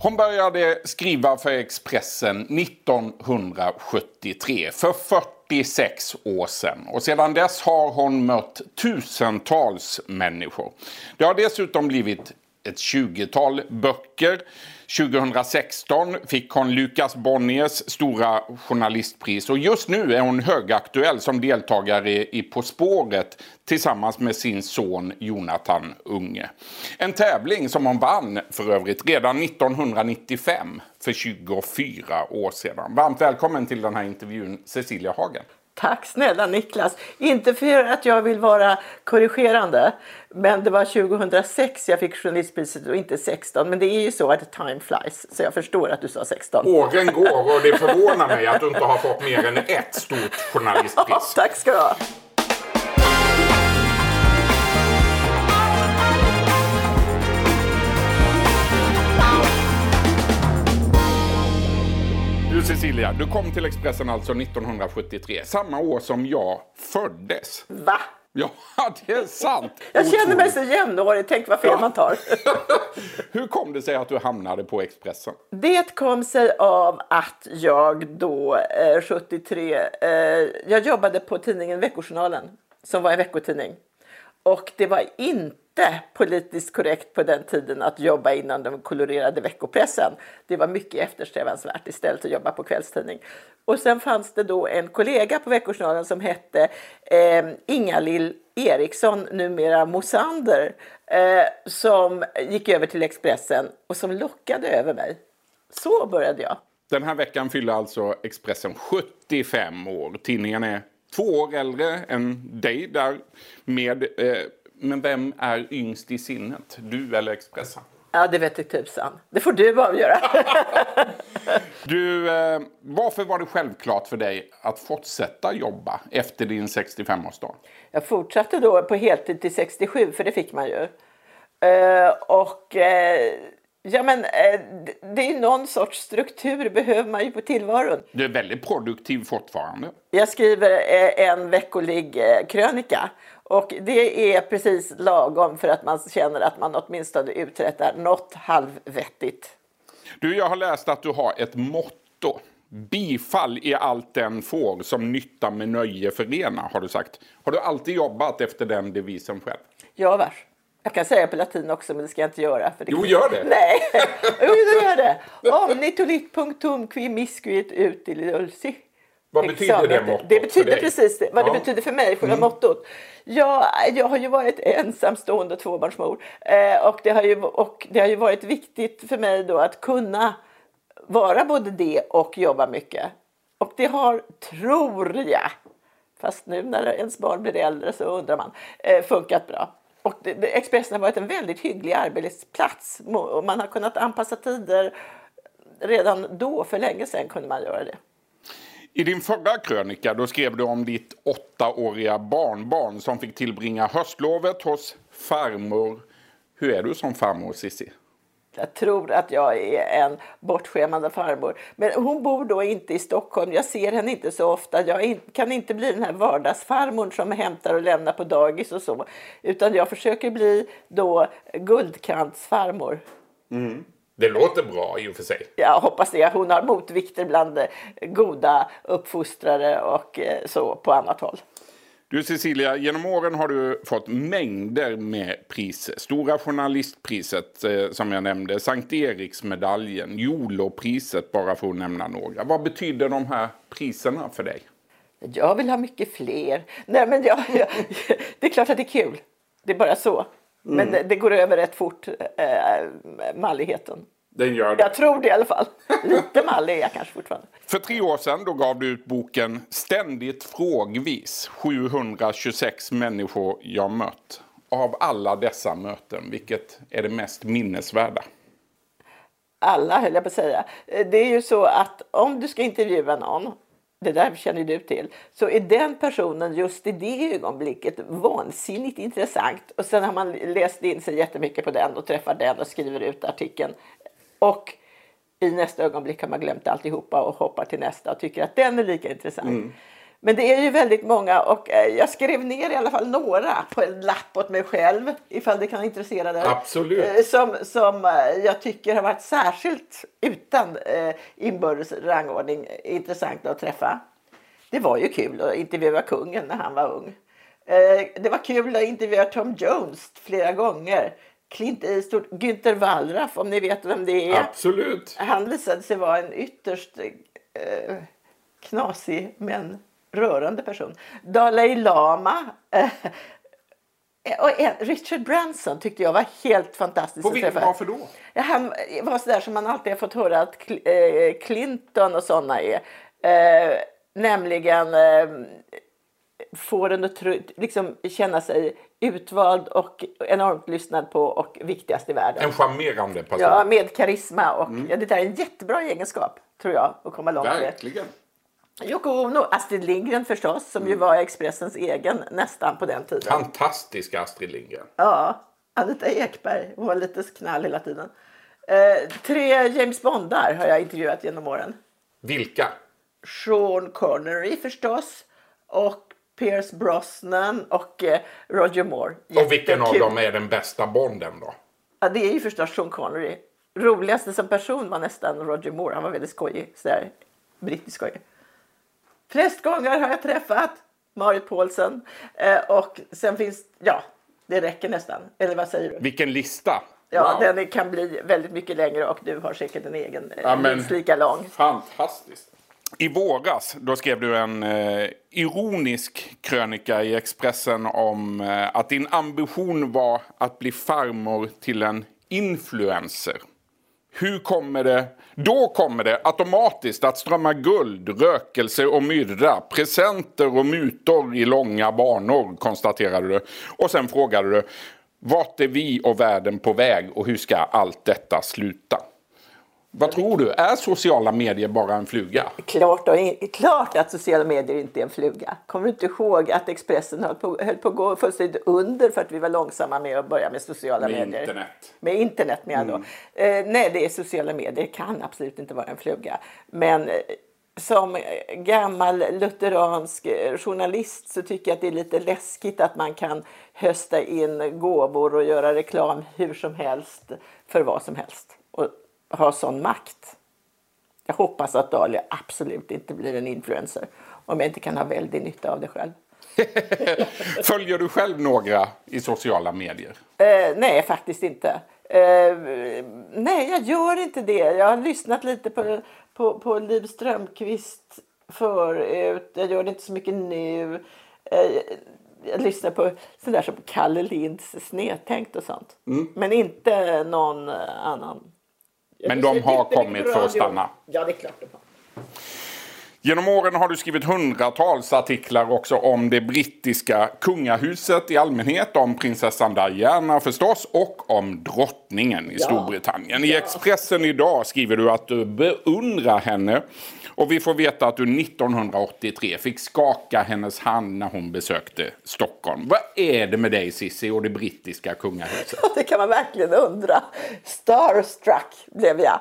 Hon började skriva för Expressen 1973, för 46 år sedan. Och sedan dess har hon mött tusentals människor. Det har dessutom blivit ett 20-tal böcker. 2016 fick hon Lukas Bonniers stora journalistpris. Och just nu är hon högaktuell som deltagare i På spåret tillsammans med sin son Jonathan Unge. En tävling som hon vann för övrigt redan 1995, för 24 år sedan. Varmt välkommen till den här intervjun, Cecilia Hagen. Tack snälla Niklas. Inte för att jag vill vara korrigerande, men det var 2006 jag fick journalistpriset och inte 16. Men det är ju så att time flies, så jag förstår att du sa 16. Åren går och det förvånar mig att du inte har fått mer än ett stort journalistpris. Tack ska du ha. Cecilia, du kom till Expressen alltså 1973, samma år som jag föddes. Va? Ja, det är sant. Jag känner mig så jämnårig, tänk vad fel man tar. Hur kom det sig att du hamnade på Expressen? Det kom sig av att jag då, 73, jag jobbade på tidningen Veckojournalen, som var en veckotidning. Och det var inte politiskt korrekt på den tiden att jobba inom den kolorerade veckopressen. Det var mycket eftersträvansvärt istället att jobba på kvällstidning. Och sen fanns det då en kollega på Veckojournalen som hette Inga-Lill Eriksson, numera Mosander, som gick över till Expressen och som lockade över mig. Så började jag. Den här veckan fyller alltså Expressen 75 år. Tidningen är 2 år äldre än dig där med... Men vem är yngst i sinnet? Du eller Expressen? Ja, det vet jag tusan. Det får du avgöra. Du, varför var det självklart för dig att fortsätta jobba efter din 65-årsdag? Jag fortsatte då på heltid till 67, för det fick man ju. Det är någon sorts struktur behöver man ju på tillvaron. Du är väldigt produktiv fortfarande. Jag skriver en veckolig krönika. Och det är precis lagom för att man känner att man åtminstone uträttar något halvvettigt. Du, jag har läst att du har ett motto. Bifall i allt den får som nytta med nöje förena, har du sagt. Har du alltid jobbat efter den devisen själv? Ja, vars. Jag kan säga på latin också, men det ska jag inte göra. För det jo, gör det. Nej, jo, det gör det. Omnitolit punctum qui miscuit ut i lulsi. Vad betyder det mottot? Det betyder precis det. Vad det betyder för mig, själva mottot. Jag har ju varit ensamstående tvåbarnsmor. Och det har ju varit viktigt för mig då att kunna vara både det och jobba mycket. Och det har, tror jag, fast nu när ens barn blir äldre så undrar man, funkat bra. Och Expressen har varit en väldigt hygglig arbetsplats. Och man har kunnat anpassa tider redan då, för länge sedan kunde man göra det. I din förra krönika då skrev du om ditt 8-åriga barnbarn som fick tillbringa höstlovet hos farmor. Hur är du som farmor, Cissi? Jag tror att jag är en bortskämmande farmor. Men hon bor då inte i Stockholm. Jag ser henne inte så ofta. Jag kan inte bli den här vardagsfarmor som hämtar och lämnar på dagis och så. Utan jag försöker bli då guldkantsfarmor. Mm. Det låter bra i och för sig. Jag hoppas det. Hon har motvikter bland goda uppfostrare och så på annat håll. Du Cecilia, genom åren har du fått mängder med priser. Stora journalistpriset som jag nämnde, Sankt Eriksmedaljen, Jolopriset bara för att nämna några. Vad betyder de här priserna för dig? Jag vill ha mycket fler. Nej, men det är klart att det är kul. Det är bara så. Men det går över rätt fort, malligheten. Den gör det. Jag tror det i alla fall. Lite mallig är jag kanske fortfarande. För 3 år sedan då gav du ut boken Ständigt frågvis. 726 människor jag mött. Av alla dessa möten, vilket är det mest minnesvärda? Alla, höll jag på att säga. Det är ju så att om du ska intervjua någon, det där känner du till, så är den personen just i det ögonblicket vansinnigt intressant. Och sen har man läst in sig jättemycket på den och träffar den och skriver ut artikeln. Och i nästa ögonblick har man glömt alltihopa och hoppar till nästa och tycker att den är lika intressant. Men det är ju väldigt många och jag skrev ner i alla fall några på en lapp åt mig själv ifall det kan intressera dig. Absolut. Som jag tycker har varit särskilt utan inbördes rangordning intressant att träffa. Det var ju kul att intervjua kungen när han var ung. Det var kul att intervjua Tom Jones flera gånger. Clint Eastwood, Günther Wallraff, om ni vet vem det är. Absolut. Han visade sig vara en ytterst knasig men rörande person. Dalai Lama och Richard Branson tyckte jag var helt fantastisk. På vilken varför då? Ja, han var sådär som man alltid har fått höra att Clinton och sådana är. Nämligen får en att liksom känna sig utvald och enormt lyssnad på och viktigast i världen. En charmerande person. Ja, med karisma och det där är en jättebra egenskap tror jag att komma långt med. Verkligen. Yoko Ono, Astrid Lindgren förstås, som ju var Expressens egen nästan på den tiden. Fantastisk Astrid Lindgren. Ja, Anita Ekberg, hon var lite knall hela tiden. 3 James Bondar har jag intervjuat genom åren. Vilka? Sean Connery förstås och Pierce Brosnan och Roger Moore. Och vilken av dem är den bästa Bonden då? Ja, det är ju förstås Sean Connery. Roligaste som person var nästan Roger Moore. Han var väldigt skojig, sådär brittisk skojig. Flest gånger har jag träffat Marit Paulsen och sen finns, ja, det räcker nästan. Eller vad säger du? Vilken lista? Ja, Wow. den kan bli väldigt mycket längre och du har säkert en egen minst lika lång. Fantastiskt. I våras då skrev du en ironisk krönika i Expressen om att din ambition var att bli farmor till en influencer. Hur kommer det? Då kommer det automatiskt att strömma guld, rökelse och myrra, presenter och mutor i långa banor, konstaterade du. Och sen frågade du, vart är vi och världen på väg och hur ska allt detta sluta? Vad tror du? Är sociala medier bara en fluga? Klart att sociala medier inte är en fluga. Kommer du inte ihåg att Expressen höll på att gå fullständigt under för att vi var långsamma med att börja med sociala medier? Internet. Med internet med jag då. Nej, det är sociala medier. Kan absolut inte vara en fluga. Men som gammal lutheransk journalist så tycker jag att det är lite läskigt att man kan hösta in gåvor och göra reklam hur som helst för vad som helst. Och ha sån makt. Jag hoppas att Dahlia absolut inte blir en influencer om jag inte kan ha väldigt nytta av det själv. Följer du själv några i sociala medier? Nej, faktiskt inte. Nej, jag gör inte det. Jag har lyssnat lite på Liv Strömquist förut. Jag gör det inte så mycket nu. Jag lyssnar på sådär som Kalle Linds Snedtänkt och sånt. Men inte någon annan. Men de har kommit för att stanna. Ja, det är klart de har. Genom åren har du skrivit hundratals artiklar också om det brittiska kungahuset i allmänhet, om prinsessan Diana förstås och om drottningen i Storbritannien. I Expressen idag skriver du att du beundrar henne och vi får veta att du 1983 fick skaka hennes hand när hon besökte Stockholm. Vad är det med dig, Cissi, och det brittiska kungahuset? Det kan man verkligen undra. Starstruck blev jag.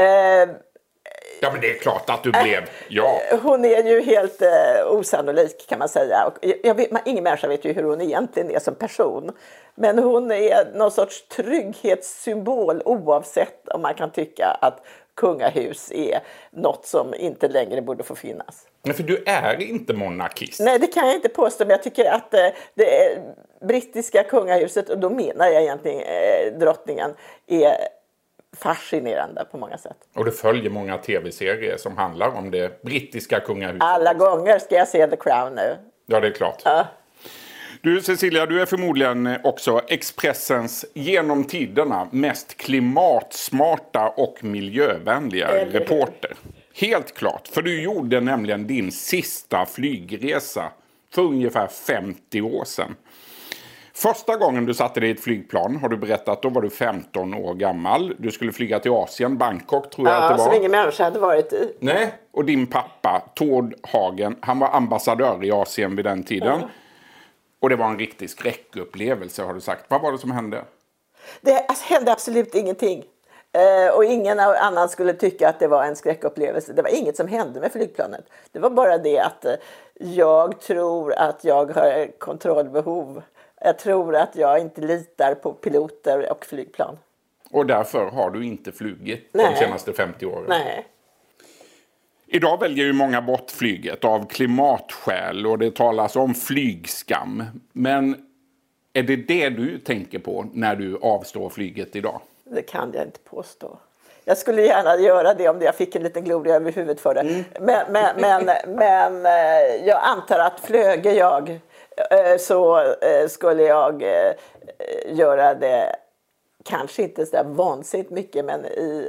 Ja, men det är klart att du blev. Ja. Hon är ju helt osannolik kan man säga. Och ingen människa vet ju hur hon egentligen är som person. Men hon är någon sorts trygghetssymbol oavsett om man kan tycka att kungahus är något som inte längre borde få finnas. Men för du är inte monarkist. Nej, det kan jag inte påstå. Men jag tycker att det brittiska kungahuset, och då menar jag egentligen drottningen, är fascinerande på många sätt. Och det följer många tv-serier som handlar om det brittiska kungahuset. Alla gånger ska jag se The Crown nu. Ja, det är klart. Ja. Du, Cecilia, du är förmodligen också Expressens genom tiderna mest klimatsmarta och miljövänliga reporter. Helt klart, för du gjorde nämligen din sista flygresa för ungefär 50 år sedan. Första gången du satte dig i ett flygplan har du berättat, då var du 15 år gammal. Du skulle flyga till Asien, Bangkok tror jag att det var. Som ingen människa hade varit i. Nej, och din pappa, Tord Hagen, han var ambassadör i Asien vid den tiden. Ja. Och det var en riktig skräckupplevelse har du sagt. Vad var det som hände? Det hände absolut ingenting. Och ingen annan skulle tycka att det var en skräckupplevelse. Det var inget som hände med flygplanet. Det var bara det att jag tror att jag har kontrollbehov. Jag tror att jag inte litar på piloter och flygplan. Och därför har du inte flugit de senaste 50 åren? Nej. Idag väljer ju många bort flyget av klimatskäl och det talas om flygskam. Men är det du tänker på när du avstår flyget idag? Det kan jag inte påstå. Jag skulle gärna göra det om jag fick en liten gloria över huvudet för det. Men jag antar att flöge jag så skulle jag göra det kanske inte så där vansinnigt mycket, men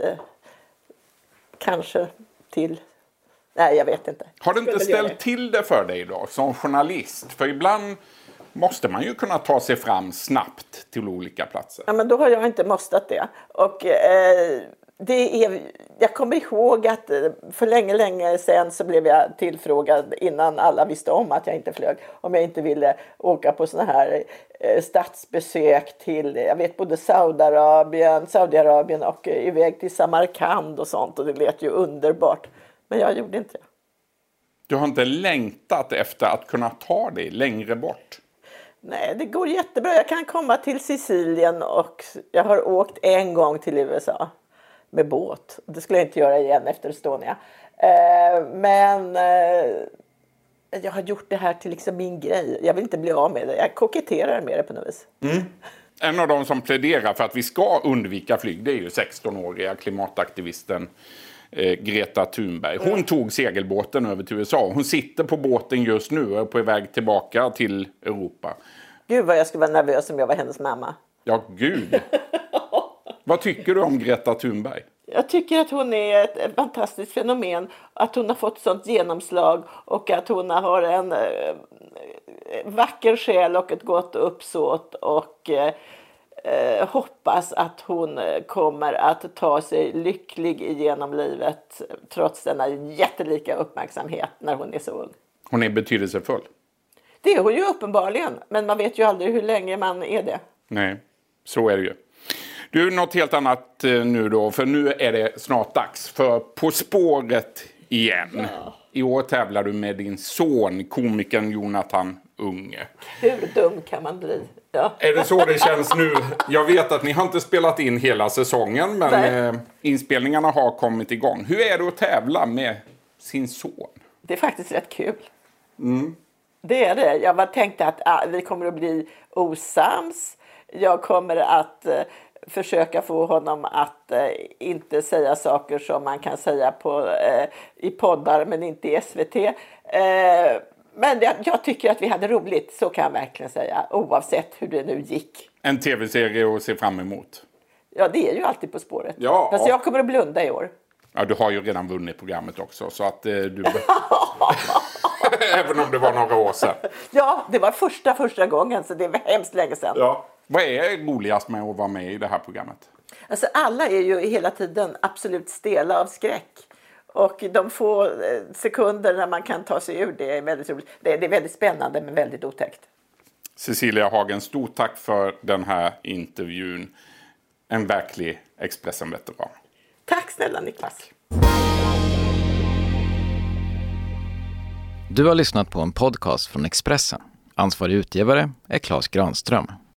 kanske till... Nej, jag vet inte. Har du inte ställt till det för dig idag som journalist? För ibland måste man ju kunna ta sig fram snabbt till olika platser. Ja, men då har jag inte måstat det. Och jag kommer ihåg att för länge sedan så blev jag tillfrågad innan alla visste om att jag inte flög. Om jag inte ville åka på såna här statsbesök till, jag vet, både Saudiarabien och iväg till Samarkand och sånt. Och det lät ju underbart. Men jag gjorde inte det. Du har inte längtat efter att kunna ta dig längre bort? Nej, det går jättebra. Jag kan komma till Sicilien och jag har åkt en gång till USA med båt. Det skulle jag inte göra igen efter Estonia. Men jag har gjort det här till liksom min grej. Jag vill inte bli av med det. Jag koketterar med det på något vis. Mm. En av de som pläderar för att vi ska undvika flyg, det är ju 16-åriga klimataktivisten Greta Thunberg. Hon tog segelbåten över till USA. Hon sitter på båten just nu och är på väg tillbaka till Europa. Gud vad jag skulle vara nervös om jag var hennes mamma. Ja, gud. Vad tycker du om Greta Thunberg? Jag tycker att hon är ett fantastiskt fenomen. Att hon har fått sånt genomslag och att hon har en vacker själ och ett gott uppsåt och hoppas att hon kommer att ta sig lycklig igenom livet trots denna jättelika uppmärksamhet när hon är så ung. Hon är betydelsefull. Det är hon ju uppenbarligen, men man vet ju aldrig hur länge man är det. Nej, så är det ju. Du, något helt annat nu då, för nu är det snart dags för På spåret igen. Ja. I år tävlar du med din son, komikern Jonathan Unge. Hur dum kan man bli? Ja. Är det så det känns nu? Jag vet att ni har inte spelat in hela säsongen, men inspelningarna har kommit igång. Hur är det att tävla med sin son? Det är faktiskt rätt kul. Mm. Det är det. Jag tänkte att vi kommer att bli osams. Jag kommer att försöka få honom att inte säga saker som man kan säga i poddar men inte i SVT. Men jag tycker att vi hade roligt, så kan jag verkligen säga, oavsett hur det nu gick. En tv-serie att se fram emot. Ja, det är ju alltid På spåret. Ja. Fast jag kommer att blunda i år. Ja, du har ju redan vunnit programmet också, så att du... Även om det var några år sedan. Ja, det var första gången, så det var hemskt länge sedan. Ja. Vad är roligast med att vara med i det här programmet? Alltså alla är ju hela tiden absolut stela av skräck. Och de få sekunder när man kan ta sig ur det är väldigt roligt. Det är väldigt spännande men väldigt otäckt. Cecilia Hagen, stort tack för den här intervjun. En verklig Expressen-veteran. Tack snälla Niklas. Du har lyssnat på en podcast från Expressen. Ansvarig utgivare är Claes Granström.